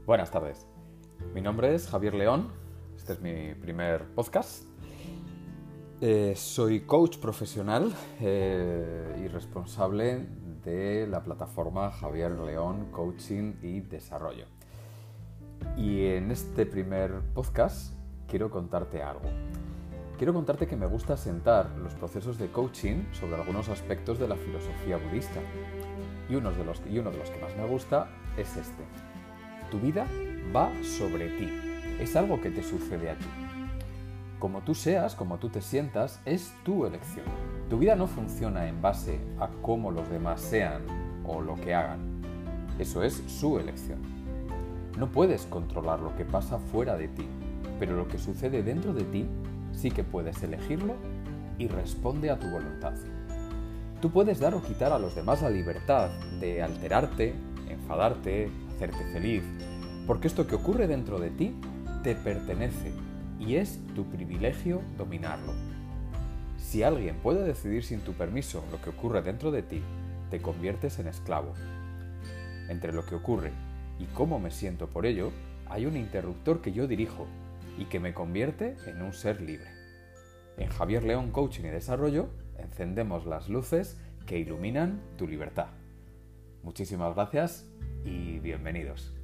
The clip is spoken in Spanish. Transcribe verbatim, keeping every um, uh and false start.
Buenas tardes, mi nombre es Javier León, este es mi primer podcast. Eh, soy coach profesional eh, y responsable de la plataforma Javier León Coaching y Desarrollo. Y en este primer podcast quiero contarte algo. Quiero contarte que me gusta sentar los procesos de coaching sobre algunos aspectos de la filosofía budista. Y uno de los, y uno de los que más me gusta es este. Tu vida va sobre ti. Es algo que te sucede a ti. Como tú seas, como tú te sientas, es tu elección. Tu vida no funciona en base a cómo los demás sean o lo que hagan. Eso es su elección. No puedes controlar lo que pasa fuera de ti, pero lo que sucede dentro de ti sí que puedes elegirlo y responde a tu voluntad. Tú puedes dar o quitar a los demás la libertad de alterarte, enfadarte, hacerte feliz, porque esto que ocurre dentro de ti te pertenece y es tu privilegio dominarlo. Si alguien puede decidir sin tu permiso lo que ocurre dentro de ti, te conviertes en esclavo. Entre lo que ocurre y cómo me siento por ello, hay un interruptor que yo dirijo y que me convierte en un ser libre. En Javier León Coaching y Desarrollo encendemos las luces que iluminan tu libertad. Muchísimas gracias y bienvenidos.